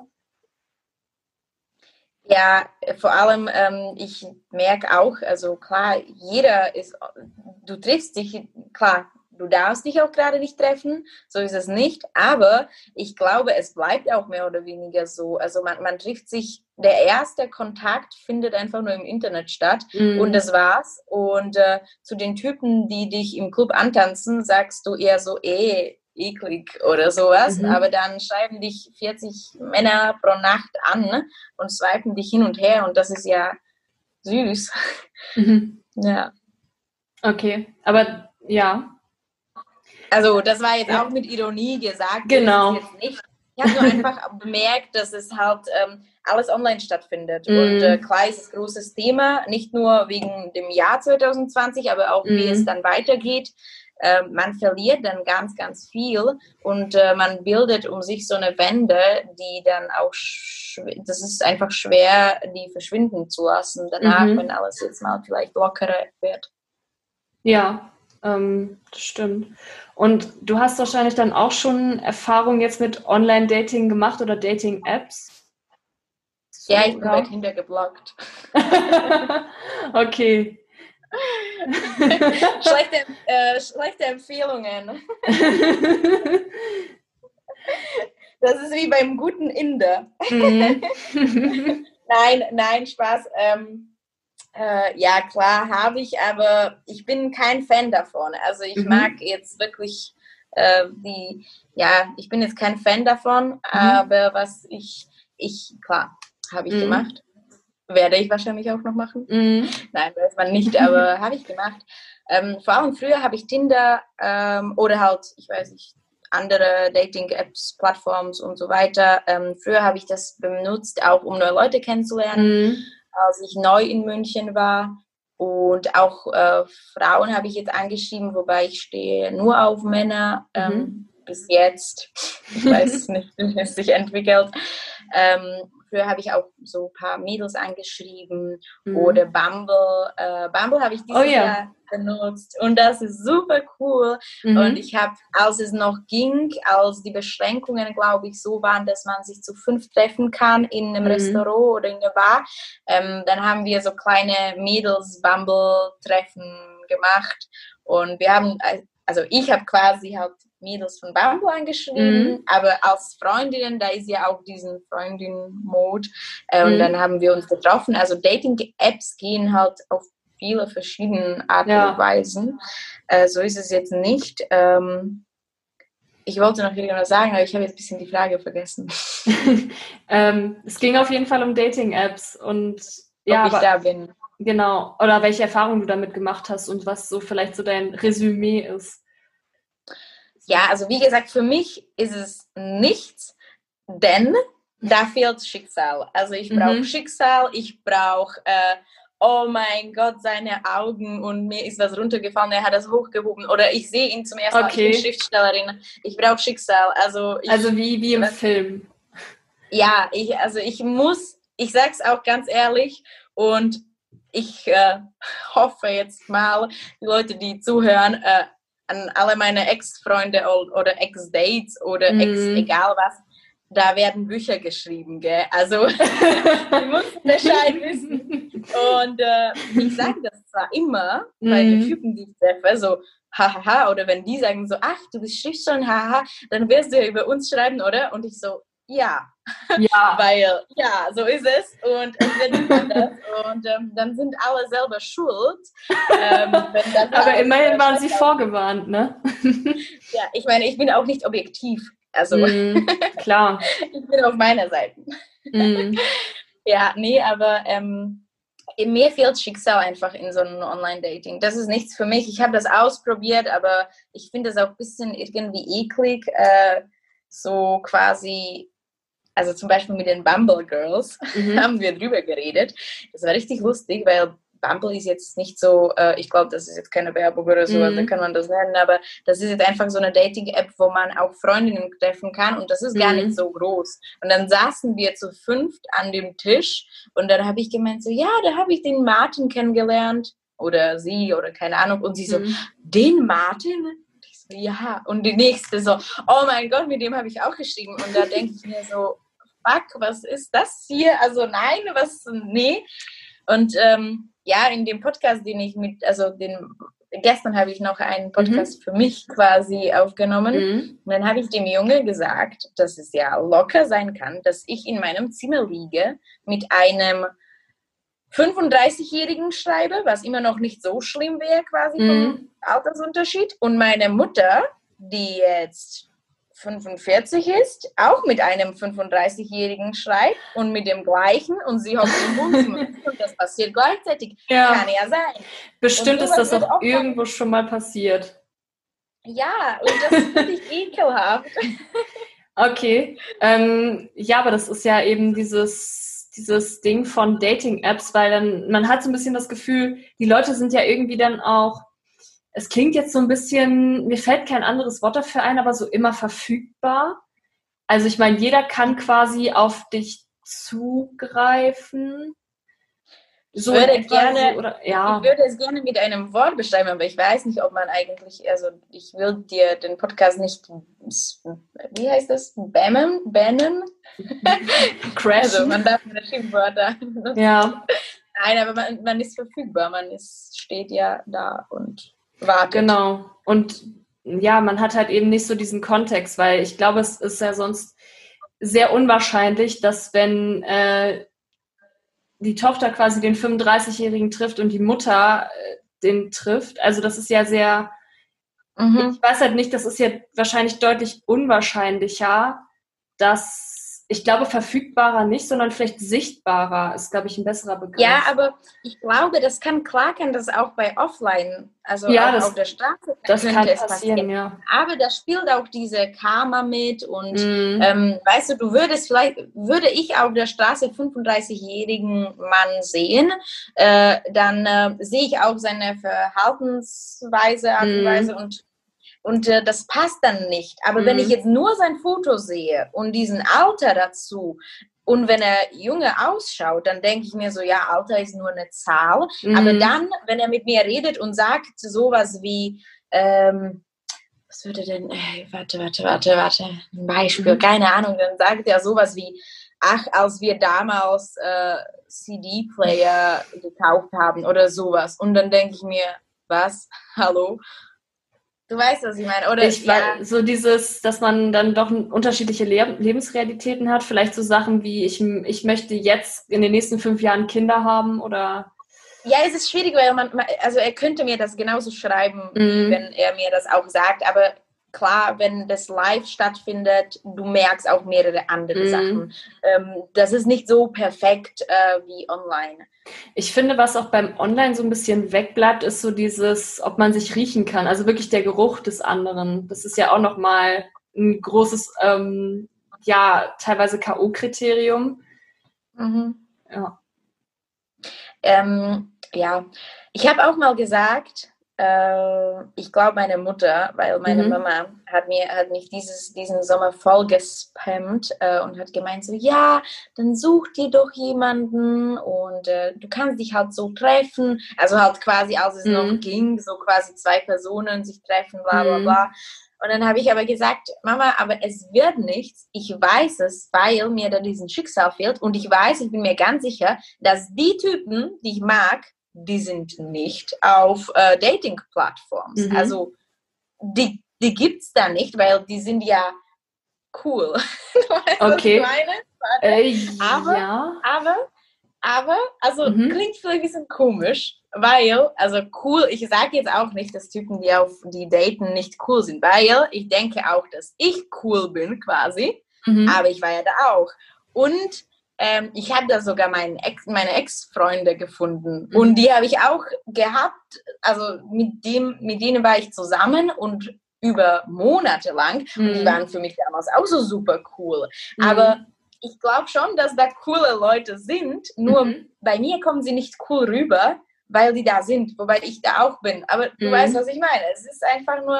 Ja, vor allem, ich merke auch, also klar, du triffst dich, klar, du darfst dich auch gerade nicht treffen, so ist es nicht, aber ich glaube, es bleibt auch mehr oder weniger so. Also man trifft sich, der erste Kontakt findet einfach nur im Internet statt und das war's. Und zu den Typen, die dich im Club antanzen, sagst du eher so, eklig oder sowas, aber dann schreiben dich 40 Männer pro Nacht an und swipen dich hin und her und das ist ja süß. Ja. Okay, aber ja. Also das war jetzt auch mit Ironie gesagt. Genau. Jetzt nicht. Ich habe nur einfach bemerkt, dass es halt alles online stattfindet. Und klar ist es ein großes Thema, nicht nur wegen dem Jahr 2020, aber auch wie es dann weitergeht. Man verliert dann ganz, ganz viel und man bildet um sich so eine Wände, die dann auch, das ist einfach schwer, die verschwinden zu lassen danach, wenn alles jetzt mal vielleicht lockerer wird. Ja, das stimmt. Und du hast wahrscheinlich dann auch schon Erfahrungen jetzt mit Online-Dating gemacht oder Dating-Apps? So, ja, ich bin bei Tinder geblockt. Okay. Schlechte Empfehlungen. Das ist wie beim guten Inder. Nein, Spaß. Ja, klar, habe ich, aber ich bin kein Fan davon. Also ich mag jetzt wirklich ich bin jetzt kein Fan davon, aber was klar, habe ich gemacht. Werde ich wahrscheinlich auch noch machen. Nein, weiß man nicht, aber habe ich gemacht. Vor allem früher habe ich Tinder oder halt, ich weiß nicht, andere Dating-Apps, Plattforms und so weiter. Früher habe ich das benutzt, auch um neue Leute kennenzulernen, als ich neu in München war. Und auch Frauen habe ich jetzt angeschrieben, wobei ich stehe nur auf Männer bis jetzt. Ich weiß nicht, wie es sich entwickelt. früher habe ich auch so ein paar Mädels angeschrieben oder Bumble. Bumble habe ich dieses Jahr benutzt und das ist super cool. Und ich habe, als es noch ging, als die Beschränkungen, glaube ich, so waren, dass man sich zu 5 treffen kann in einem Restaurant oder in einer Bar, dann haben wir so kleine Mädels-Bumble-Treffen gemacht und wir haben, also ich habe quasi halt Mädels von Bumble angeschrieben, aber als Freundinnen, da ist ja auch diesen Freundin-Mode und dann haben wir uns getroffen. Also Dating-Apps gehen halt auf viele verschiedene Arten und Weisen. So ist es jetzt nicht. Ich wollte noch irgendwas sagen, aber ich habe jetzt ein bisschen die Frage vergessen. Es ging auf jeden Fall um Dating-Apps und ob ich da bin. Genau, oder welche Erfahrungen du damit gemacht hast und was so vielleicht so dein Resümee ist. Ja, also wie gesagt, für mich ist es nichts, denn da fehlt Schicksal. Also ich brauche Schicksal, ich brauche, oh mein Gott, seine Augen und mir ist was runtergefallen, er hat das hochgehoben oder ich sehe ihn zum ersten Mal, ich bin Schriftstellerin, ich brauche Schicksal. Also wie im Film. Ja, ich sag's auch ganz ehrlich und ich hoffe jetzt mal, die Leute, die zuhören, an alle meine Ex-Freunde oder Ex-Dates oder egal was, da werden Bücher geschrieben, gell? Also, die müssen Bescheid wissen. Und ich sage das zwar immer bei den Typen, die ich treffe, so, hahaha, oder wenn die sagen so, ach, du bist Schriftstellerin, haha, dann wirst du ja über uns schreiben, oder? Und ich so, ja. Weil, ja, so ist es und es wird nicht anders und dann sind alle selber schuld. Aber immerhin waren sie vorgewarnt, ne? Ja, ich meine, ich bin auch nicht objektiv, also klar. Ich bin auf meiner Seite. Ja, nee, aber mir fehlt Schicksal einfach in so einem Online-Dating. Das ist nichts für mich. Ich habe das ausprobiert, aber ich finde das auch ein bisschen irgendwie eklig, so quasi. Also zum Beispiel mit den Bumble Girls haben wir drüber geredet. Das war richtig lustig, weil Bumble ist jetzt nicht so, ich glaube, das ist jetzt keine Werbung oder so, also kann man das nennen, aber das ist jetzt einfach so eine Dating-App, wo man auch Freundinnen treffen kann und das ist gar nicht so groß. Und dann saßen wir zu 5 an dem Tisch und dann habe ich gemeint so, ja, da habe ich den Martin kennengelernt oder sie oder keine Ahnung und sie so, den Martin? Ich so, ja. Und die nächste so, oh mein Gott, mit dem habe ich auch geschrieben und da denke ich mir so, fuck, was ist das hier? Also nein, nee. Und ja, in dem Podcast, gestern habe ich noch einen Podcast für mich quasi aufgenommen. Und dann habe ich dem Junge gesagt, dass es ja locker sein kann, dass ich in meinem Zimmer liege mit einem 35-Jährigen schreibe, was immer noch nicht so schlimm wäre quasi vom Altersunterschied. Und meine Mutter, die jetzt 45 ist, auch mit einem 35-Jährigen schreibt und mit dem gleichen und sie hockt im Wohnzimmer und das passiert gleichzeitig. Ja. Kann ja sein. Bestimmt ist das auch irgendwo schon mal passiert. Ja, und das finde ich ekelhaft. Okay. Ja, aber das ist ja eben dieses Ding von Dating-Apps, weil dann, man hat so ein bisschen das Gefühl, die Leute sind ja irgendwie dann auch, es klingt jetzt so ein bisschen, mir fällt kein anderes Wort dafür ein, aber so immer verfügbar. Also ich meine, jeder kann quasi auf dich zugreifen. So ich würde es gerne mit einem Wort beschreiben, aber ich weiß nicht, ob man eigentlich, also ich will dir den Podcast nicht, wie heißt das, bannen? Crashen. Also man darf mit Schimpfwörter. Ja. Nein, aber man ist verfügbar, steht ja da und wartet. Genau. Und ja, man hat halt eben nicht so diesen Kontext, weil ich glaube, es ist ja sonst sehr unwahrscheinlich, dass wenn die Tochter quasi den 35-Jährigen trifft und die Mutter den trifft, also das ist ja sehr, ich weiß halt nicht, das ist ja wahrscheinlich deutlich unwahrscheinlicher, dass, ich glaube, verfügbarer nicht, sondern vielleicht sichtbarer ist, glaube ich, ein besserer Begriff. Ja, aber ich glaube, das kann das auch bei Offline, also ja, auch auf der Straße. Das kann passieren, ja. Aber da spielt auch diese Karma mit und weißt du, würde ich auf der Straße 35-jährigen Mann sehen, dann sehe ich auch seine Verhaltensweise, Art und Weise und das passt dann nicht. Aber wenn ich jetzt nur sein Foto sehe und diesen Alter dazu, Und wenn er jünger ausschaut, dann denke ich mir so, ja, Alter ist nur eine Zahl. Aber dann, wenn er mit mir redet und sagt sowas wie, was würde denn, warte, ein Beispiel, keine Ahnung, dann sagt er sowas wie, ach, als wir damals CD-Player gekauft haben oder sowas. Und dann denke ich mir, was? Hallo? Du weißt, was ich meine, oder? So dieses, dass man dann doch unterschiedliche Lebensrealitäten hat, vielleicht so Sachen wie, ich möchte jetzt in den nächsten 5 Jahren Kinder haben oder... Ja, es ist schwierig, weil also er könnte mir das genauso schreiben, wie wenn er mir das auch sagt, aber klar, wenn das live stattfindet, du merkst auch mehrere andere Sachen. Das ist nicht so perfekt wie online. Ich finde, was auch beim Online so ein bisschen wegbleibt, ist so dieses, ob man sich riechen kann. Also wirklich der Geruch des anderen. Das ist ja auch nochmal ein großes, teilweise K.O.-Kriterium. Ja. Ja, ich habe auch mal gesagt, ich glaube meine Mutter, weil meine Mama hat mich diesen Sommer voll gespammt und hat gemeint so, ja, dann such dir doch jemanden und du kannst dich halt so treffen, also halt quasi, als es noch ging, so quasi 2 Personen sich treffen, bla bla bla. Und dann habe ich aber gesagt, Mama, aber es wird nichts. Ich weiß es, weil mir da diesen Schicksal fehlt. Und ich bin mir ganz sicher, dass die Typen, die ich mag, die sind nicht auf Dating-Plattformen. Also die gibt es da nicht, weil die sind ja cool. Du weißt, was ich meine? Aber, klingt vielleicht ein bisschen komisch, weil, also cool, ich sage jetzt auch nicht, dass Typen, die daten, nicht cool sind, weil ich denke auch, dass ich cool bin quasi, aber ich war ja da auch. Und ich habe da sogar meine Ex-Freunde gefunden und die habe ich auch gehabt, also mit denen war ich zusammen und über Monate lang und die waren für mich damals auch so super cool, aber ich glaube schon, dass da coole Leute sind, nur bei mir kommen sie nicht cool rüber, weil die da sind, wobei ich da auch bin. Aber du weißt, was ich meine. Es ist einfach nur,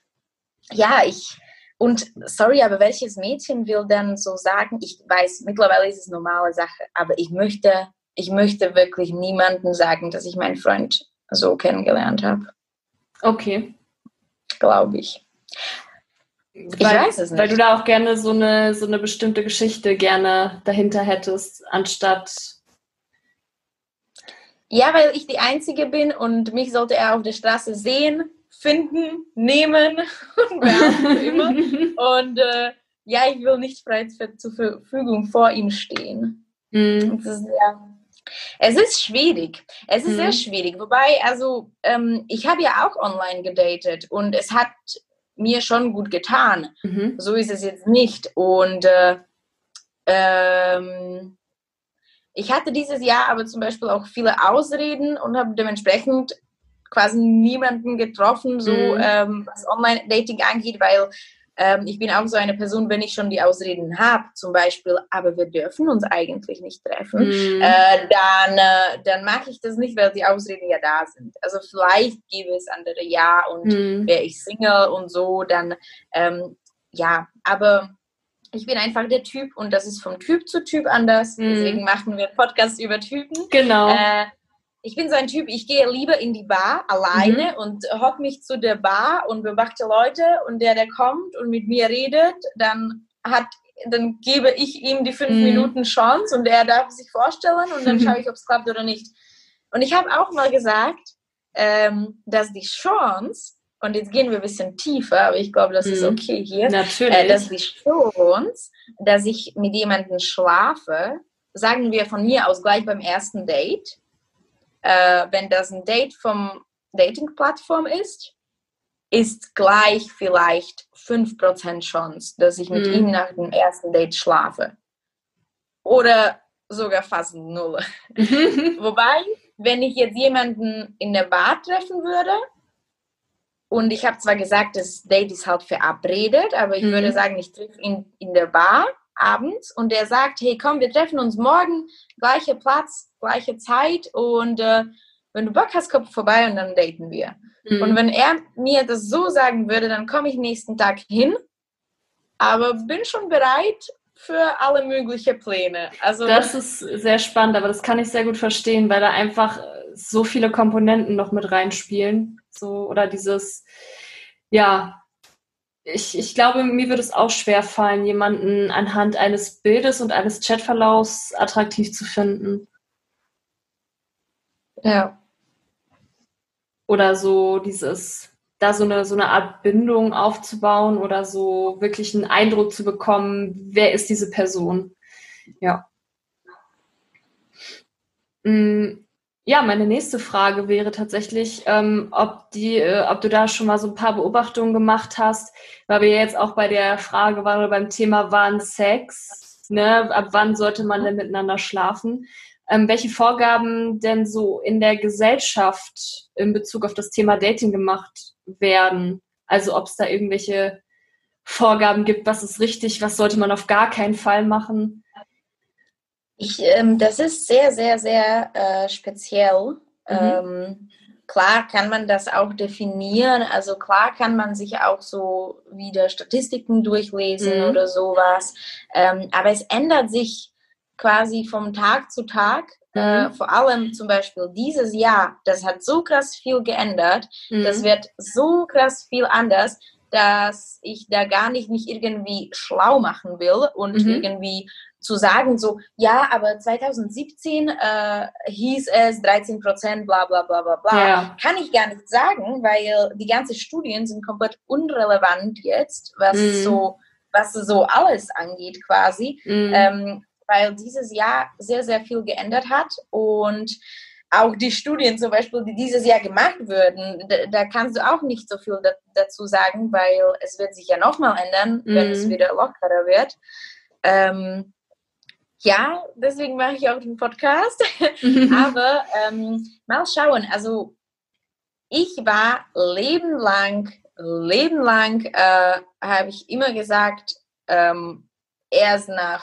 sorry, aber welches Mädchen will dann so sagen, ich weiß, mittlerweile ist es eine normale Sache, aber ich möchte wirklich niemandem sagen, dass ich meinen Freund so kennengelernt habe. Okay. Glaube ich. Ich weiß es nicht. Weil du da auch gerne so eine bestimmte Geschichte gerne dahinter hättest, anstatt... Ja, weil ich die Einzige bin und mich sollte er auf der Straße sehen, finden, nehmen und wer immer. Und ich will nicht frei zur Verfügung vor ihm stehen. Es ist schwierig. Es ist sehr schwierig. Wobei, also ich habe ja auch online gedatet und es hat mir schon gut getan. So ist es jetzt nicht. Und ich hatte dieses Jahr aber zum Beispiel auch viele Ausreden und habe dementsprechend quasi niemanden getroffen, so was Online-Dating angeht, weil ich bin auch so eine Person, wenn ich schon die Ausreden habe, zum Beispiel, aber wir dürfen uns eigentlich nicht treffen, dann mache ich das nicht, weil die Ausreden ja da sind. Also vielleicht gäbe es andere und wäre ich Single und so, dann aber ich bin einfach der Typ und das ist vom Typ zu Typ anders. Deswegen machen wir Podcasts über Typen. Genau. Ich bin so ein Typ, ich gehe lieber in die Bar alleine und hocke mich zu der Bar und beobachte Leute und der kommt und mit mir redet, dann gebe ich ihm die 5 Minuten Chance und er darf sich vorstellen und dann schaue ich, ob es klappt oder nicht. Und ich habe auch mal gesagt, dass die Chance, und jetzt gehen wir ein bisschen tiefer, aber ich glaube, das ist okay hier. Natürlich. Dass die Chance, dass ich mit jemandem schlafe, sagen wir von mir aus gleich beim ersten Date, wenn das ein Date vom Dating-Plattform ist gleich vielleicht 5% Chance, dass ich mit ihm nach dem ersten Date schlafe. Oder sogar fast 0. Wobei, wenn ich jetzt jemanden in der Bar treffen würde, und ich habe zwar gesagt, das Date ist halt verabredet, aber ich würde sagen, ich treffe ihn in der Bar abends und der sagt, hey komm, wir treffen uns morgen, gleicher Platz, gleiche Zeit und wenn du Bock hast, komm vorbei und dann daten wir. Und wenn er mir das so sagen würde, dann komme ich nächsten Tag hin, aber bin schon bereit, für alle möglichen Pläne. Also das ist sehr spannend, aber das kann ich sehr gut verstehen, weil da einfach so viele Komponenten noch mit reinspielen. So, oder dieses, ja, ich glaube, mir würde es auch schwer fallen, jemanden anhand eines Bildes und eines Chatverlaufs attraktiv zu finden. ja. Oder so dieses, da so eine Art Bindung aufzubauen oder so wirklich einen Eindruck zu bekommen, wer ist diese Person. Ja. Ja, meine nächste Frage wäre tatsächlich, ob du da schon mal so ein paar Beobachtungen gemacht hast, weil wir jetzt auch bei der Frage waren oder beim Thema waren Sex, ne? Ab wann sollte man denn miteinander schlafen? Welche Vorgaben denn so in der Gesellschaft in Bezug auf das Thema Dating gemacht werden? Also ob es da irgendwelche Vorgaben gibt, was ist richtig, was sollte man auf gar keinen Fall machen? Das ist sehr, sehr, sehr speziell. Klar kann man das auch definieren. Also klar kann man sich auch so wieder Statistiken durchlesen oder sowas. Aber es ändert sich quasi vom Tag zu Tag. Vor allem zum Beispiel dieses Jahr, das hat so krass viel geändert. Das wird so krass viel anders, dass ich da gar nicht mich irgendwie schlau machen will und irgendwie zu sagen, so, ja, aber 2017 hieß es 13%, bla bla bla bla bla, Ja. kann ich gar nicht sagen, weil die ganzen Studien sind komplett unrelevant jetzt, was so alles angeht quasi, weil dieses Jahr sehr, sehr viel geändert hat und auch die Studien zum Beispiel, die dieses Jahr gemacht würden, da kannst du auch nicht so viel dazu sagen, weil es wird sich ja nochmal ändern, wenn es wieder lockerer wird. Ja, deswegen mache ich auch den Podcast. Aber mal schauen. Also ich war lebenlang habe ich immer gesagt, erst nach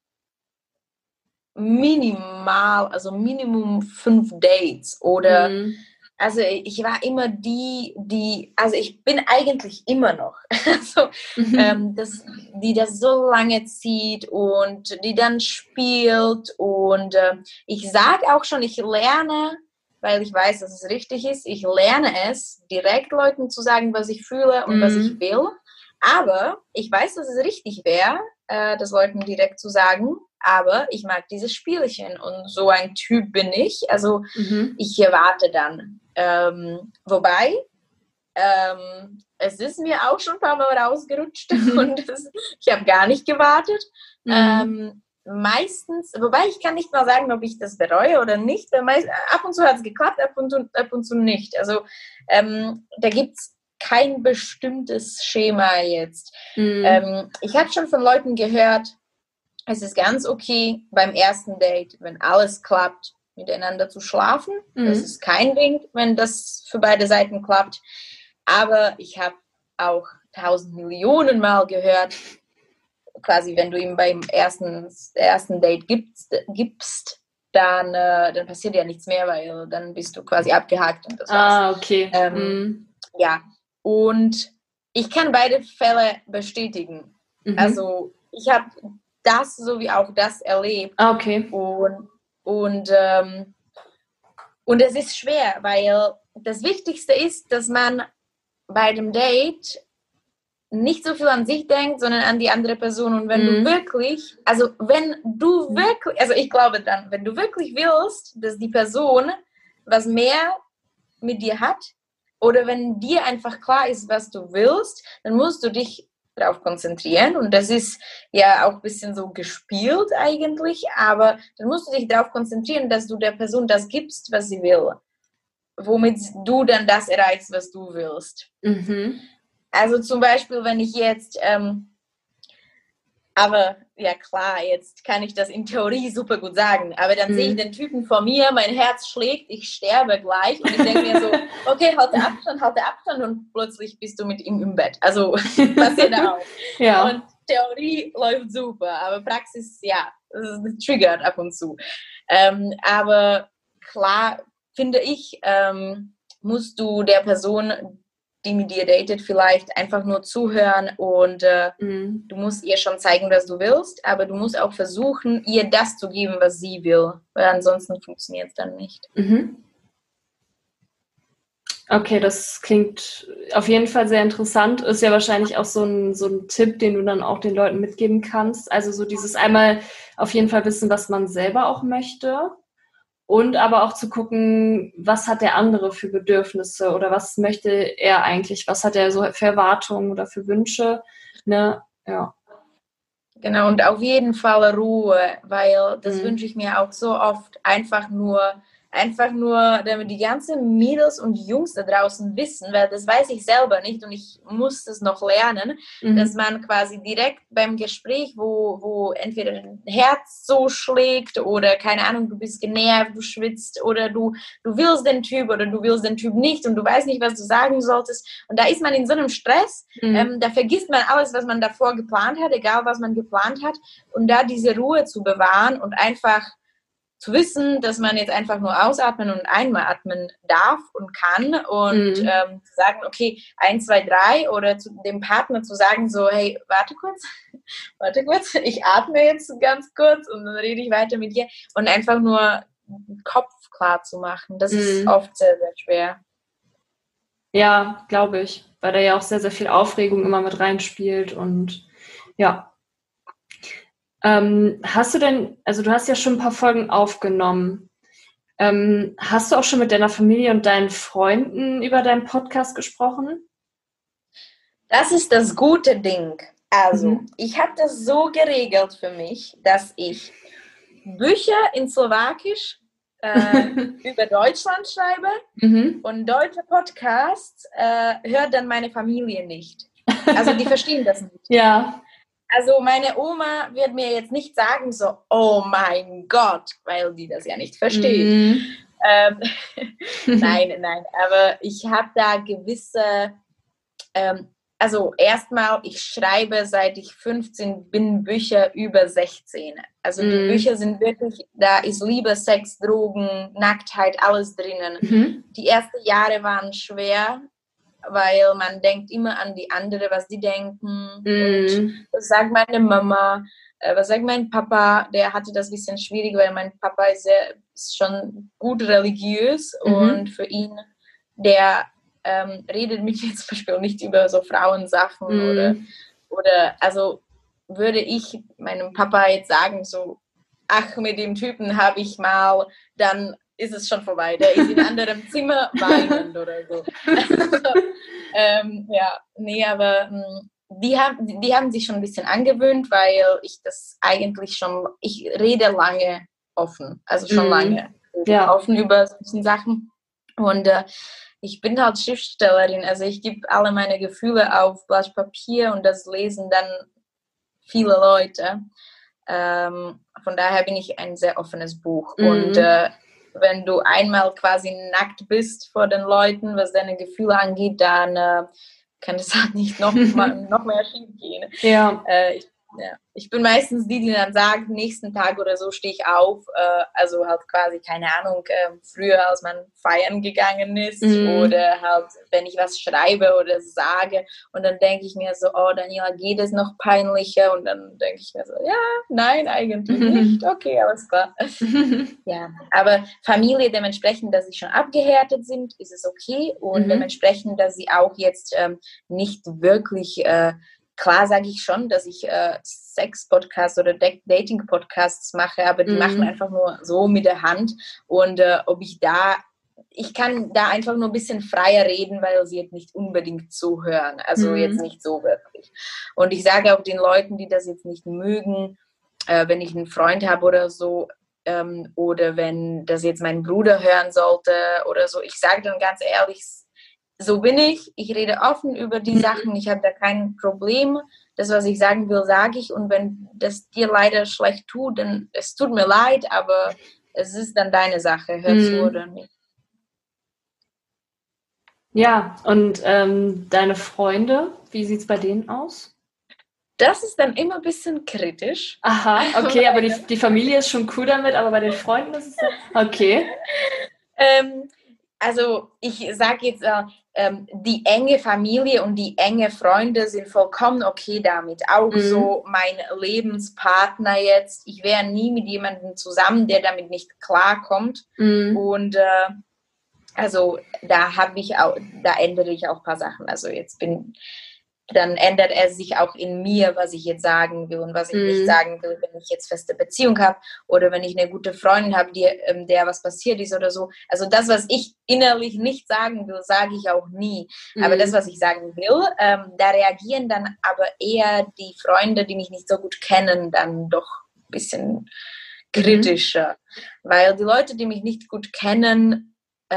Minimum 5 Dates oder also ich war immer also ich bin eigentlich immer noch, also, die das so lange zieht und die dann spielt und ich sage auch schon, ich lerne, weil ich weiß, dass es richtig ist, ich lerne es, direkt Leuten zu sagen, was ich fühle und was ich will, aber ich weiß, dass es richtig wäre, das Leuten direkt zu sagen, aber ich mag dieses Spielchen und so ein Typ bin ich, also ich warte dann. Wobei, es ist mir auch schon ein paar Mal rausgerutscht und ich habe gar nicht gewartet. Meistens, wobei ich kann nicht mal sagen, ob ich das bereue oder nicht, weil ab und zu hat es geklappt, ab und zu nicht. Also da gibt es kein bestimmtes Schema jetzt. Ich habe schon von Leuten gehört, es ist ganz okay beim ersten Date, wenn alles klappt, miteinander zu schlafen. Das ist kein Ding, wenn das für beide Seiten klappt. Aber ich habe auch 1000 Millionen Mal gehört, quasi wenn du ihm beim ersten Date gibst, dann passiert ja nichts mehr, weil dann bist du quasi abgehakt und das war's. Okay. Ja, und ich kann beide Fälle bestätigen. Also ich habe das sowie auch das erlebt. Okay. Und es ist schwer, weil das Wichtigste ist, dass man bei dem Date nicht so viel an sich denkt, sondern an die andere Person. Und wenn du wirklich, also ich glaube dann, wenn du wirklich willst, dass die Person was mehr mit dir hat, oder wenn dir einfach klar ist, was du willst, dann musst du dich darauf konzentrieren. Und das ist ja auch ein bisschen so gespielt eigentlich, aber dann musst du dich darauf konzentrieren, dass du der Person das gibst, was sie will. Womit du dann das erreichst, was du willst. Also zum Beispiel, wenn ich jetzt, aber ja klar, jetzt kann ich das in Theorie super gut sagen, aber dann sehe ich den Typen vor mir, mein Herz schlägt, ich sterbe gleich und ich denke mir so, okay, halte Abstand und plötzlich bist du mit ihm im Bett. Also passiert auch. Ja. Und Theorie läuft super, aber Praxis, ja, das triggert ab und zu. Aber klar, finde ich, musst du der Person die mit dir datet, vielleicht einfach nur zuhören und du musst ihr schon zeigen, was du willst, aber du musst auch versuchen, ihr das zu geben, was sie will, weil ansonsten funktioniert es dann nicht. Mhm. Okay, das klingt auf jeden Fall sehr interessant. Ist ja wahrscheinlich auch so ein Tipp, den du dann auch den Leuten mitgeben kannst. Also so dieses einmal auf jeden Fall wissen, was man selber auch möchte und aber auch zu gucken, was hat der andere für Bedürfnisse oder was möchte er eigentlich, was hat er so für Erwartungen oder für Wünsche, ne? Ja. Genau, und auf jeden Fall Ruhe, weil das wünsche ich mir auch so oft, einfach nur, damit die ganzen Mädels und Jungs da draußen wissen, weil das weiß ich selber nicht und ich muss das noch lernen, dass man quasi direkt beim Gespräch, wo entweder ein Herz so schlägt oder keine Ahnung, du bist genervt, du schwitzt oder du willst den Typ oder du willst den Typ nicht und du weißt nicht, was du sagen solltest und da ist man in so einem Stress, da vergisst man alles, was man davor geplant hat, egal was man geplant hat und da diese Ruhe zu bewahren und einfach zu wissen, dass man jetzt einfach nur ausatmen und einatmen darf und kann und zu sagen, okay, 1, 2, 3 oder zu dem Partner zu sagen so, hey, warte kurz, ich atme jetzt ganz kurz und dann rede ich weiter mit dir und einfach nur den Kopf klar zu machen. Das ist oft sehr, sehr schwer. Ja, glaube ich, weil da ja auch sehr, sehr viel Aufregung immer mit reinspielt und ja. Hast du denn, also du hast ja schon ein paar Folgen aufgenommen. Hast du auch schon mit deiner Familie und deinen Freunden über deinen Podcast gesprochen? Das ist das gute Ding. Also, ich habe das so geregelt für mich, dass ich Bücher in Slowakisch über Deutschland schreibe und deutsche Podcasts hört dann meine Familie nicht. Also, die verstehen das nicht. Ja. Also meine Oma wird mir jetzt nicht sagen so, oh mein Gott, weil die das ja nicht versteht. Nein, aber ich habe da gewisse, also erstmal, ich schreibe seit ich 15 bin Bücher über 16. Also die Bücher sind wirklich, da ist Liebe, Sex, Drogen, Nacktheit, alles drinnen. Die ersten Jahre waren schwer, weil man denkt immer an die andere, was die denken. Und was sagt meine Mama, was sagt mein Papa, der hatte das ein bisschen schwierig, weil mein Papa ist schon gut religiös und für ihn, der redet mit mir zum Beispiel nicht über so Frauensachen oder also würde ich meinem Papa jetzt sagen, so, ach, mit dem Typen habe ich mal, dann ist es schon vorbei. Der ist in einem anderen Zimmer weinend oder so. Ja, nee, aber die haben sich schon ein bisschen angewöhnt, weil ich das eigentlich schon, ich rede lange offen, also schon lange offen über solche Sachen. Und ich bin halt Schriftstellerin, also ich gebe alle meine Gefühle auf Blatt Papier und das lesen dann viele Leute. Von daher bin ich ein sehr offenes Buch. Und wenn du einmal quasi nackt bist vor den Leuten, was deine Gefühle angeht, dann kann es halt nicht noch mehr schief gehen. Ja. Ich bin meistens die dann sagt, nächsten Tag oder so stehe ich auf, also halt quasi, keine Ahnung, früher als man feiern gegangen ist oder halt, wenn ich was schreibe oder sage und dann denke ich mir so, oh Daniela, geht es noch peinlicher? Und dann denke ich mir so, ja, nein, eigentlich nicht, okay, alles klar. Ja, aber Familie dementsprechend, dass sie schon abgehärtet sind, ist es okay und dementsprechend, dass sie auch jetzt nicht wirklich klar sage ich schon, dass ich Sex-Podcasts oder Dating-Podcasts mache, aber die machen einfach nur so mit der Hand und ich kann da einfach nur ein bisschen freier reden, weil sie jetzt nicht unbedingt zuhören, also jetzt nicht so wirklich. Und ich sage auch den Leuten, die das jetzt nicht mögen, wenn ich einen Freund habe oder so, oder wenn das jetzt mein Bruder hören sollte oder so, ich sage dann ganz ehrlich, so bin ich rede offen über die Sachen, ich habe da kein Problem. Das, was ich sagen will, sage ich. Und wenn das dir leider schlecht tut, dann es tut mir leid, aber es ist dann deine Sache, hör zu oder nicht. Ja, und deine Freunde, wie sieht es bei denen aus? Das ist dann immer ein bisschen kritisch. Aha, okay, aber die Familie ist schon cool damit, aber bei den Freunden ist es so, okay. Also ich sage jetzt, die enge Familie und die enge Freunde sind vollkommen okay damit. Auch so mein Lebenspartner jetzt. Ich wäre nie mit jemandem zusammen, der damit nicht klarkommt. Und also da ändere ich auch ein paar Sachen. Also dann ändert er sich auch in mir, was ich jetzt sagen will und was ich nicht sagen will, wenn ich jetzt feste Beziehung habe oder wenn ich eine gute Freundin habe, der was passiert ist oder so. Also das, was ich innerlich nicht sagen will, sage ich auch nie. Aber das, was ich sagen will, da reagieren dann aber eher die Freunde, die mich nicht so gut kennen, dann doch ein bisschen kritischer. Weil die Leute, die mich nicht gut kennen,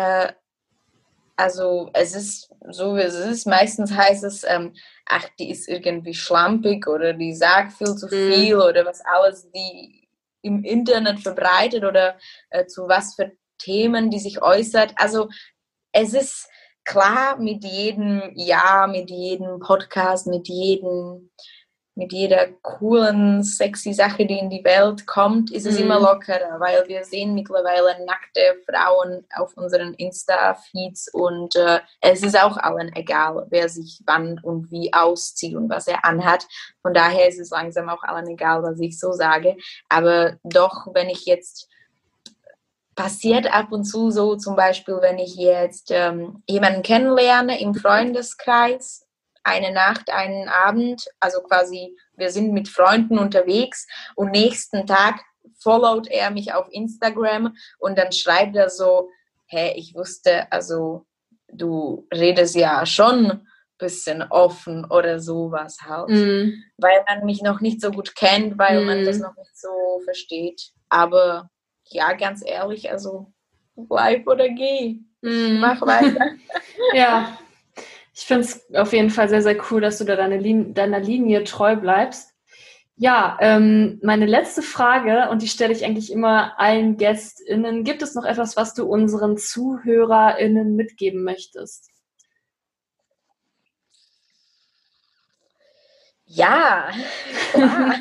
also es ist so, wie es ist. Meistens heißt es, ach, die ist irgendwie schlampig oder die sagt viel zu viel oder was alles die im Internet verbreitet oder zu was für Themen die sich äußert. Also es ist klar, mit jedem Jahr, mit jedem Podcast, mit jeder coolen, sexy Sache, die in die Welt kommt, ist es immer lockerer, weil wir sehen mittlerweile nackte Frauen auf unseren Insta-Feeds und es ist auch allen egal, wer sich wann und wie auszieht und was er anhat. Von daher ist es langsam auch allen egal, was ich so sage. Aber doch, wenn ich jetzt passiert ab und zu so, zum Beispiel, wenn ich jetzt jemanden kennenlerne im Freundeskreis, eine Nacht, einen Abend, also quasi, wir sind mit Freunden unterwegs und nächsten Tag followt er mich auf Instagram und dann schreibt er so, hey, ich wusste, also du redest ja schon ein bisschen offen oder sowas halt, weil man mich noch nicht so gut kennt, weil man das noch nicht so versteht, aber ja, ganz ehrlich, also bleib oder geh, mach weiter. Ja. Ich finde es auf jeden Fall sehr, sehr cool, dass du da deiner Linie treu bleibst. Ja, meine letzte Frage, und die stelle ich eigentlich immer allen GästInnen. Gibt es noch etwas, was du unseren ZuhörerInnen mitgeben möchtest? Ja, klar.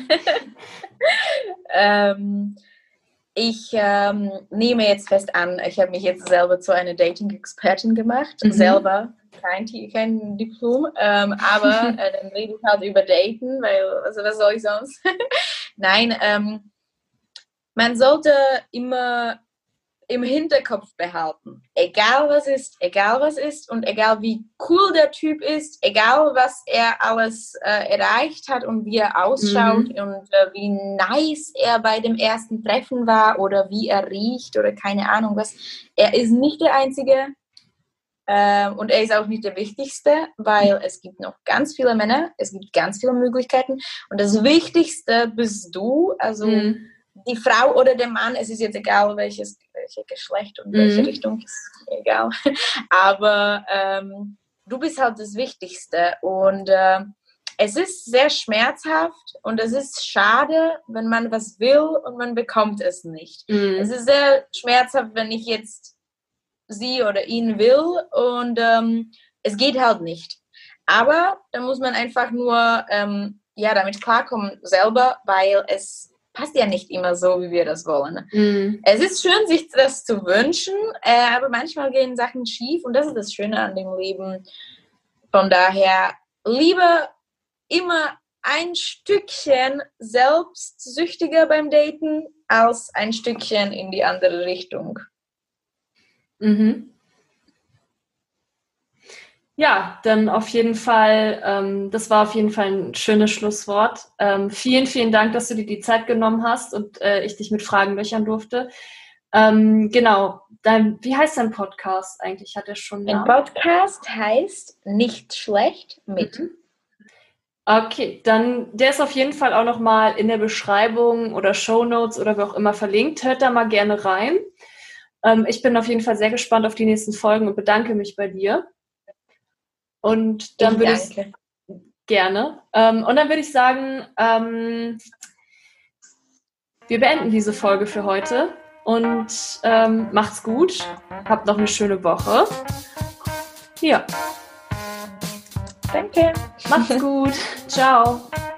Ich nehme jetzt fest an, ich habe mich jetzt selber zu einer Dating-Expertin gemacht. Selber, kein Diplom, aber dann rede ich halt über Daten, weil, also was soll ich sonst? Nein, man sollte immer im Hinterkopf behalten, egal was ist und egal wie cool der Typ ist, egal was er alles erreicht hat und wie er ausschaut und wie nice er bei dem ersten Treffen war oder wie er riecht oder keine Ahnung was. Er ist nicht der Einzige und er ist auch nicht der Wichtigste, weil es gibt noch ganz viele Männer, es gibt ganz viele Möglichkeiten und das Wichtigste bist du, also die Frau oder der Mann, es ist jetzt egal, welche Geschlecht und welche Richtung, ist egal. Aber du bist halt das Wichtigste. Und es ist sehr schmerzhaft und es ist schade, wenn man was will und man bekommt es nicht. Es ist sehr schmerzhaft, wenn ich jetzt sie oder ihn will und es geht halt nicht. Aber da muss man einfach nur damit klarkommen selber, weil es passt ja nicht immer so, wie wir das wollen. Es ist schön, sich das zu wünschen, aber manchmal gehen Sachen schief und das ist das Schöne an dem Leben. Von daher lieber immer ein Stückchen selbstsüchtiger beim Daten als ein Stückchen in die andere Richtung. Ja, dann auf jeden Fall, das war auf jeden Fall ein schönes Schlusswort. Vielen, vielen Dank, dass du dir die Zeit genommen hast und ich dich mit Fragen löchern durfte. Genau, wie heißt dein Podcast eigentlich? Hat er schon einen Namen? Mein Podcast heißt Nicht schlecht mit. Okay, dann der ist auf jeden Fall auch nochmal in der Beschreibung oder Shownotes oder wie auch immer verlinkt. Hört da mal gerne rein. Ich bin auf jeden Fall sehr gespannt auf die nächsten Folgen und bedanke mich bei dir. Und dann würde ich gerne. Und dann würde ich sagen, wir beenden diese Folge für heute und macht's gut. Habt noch eine schöne Woche. Ja. Danke. Macht's gut. Ciao.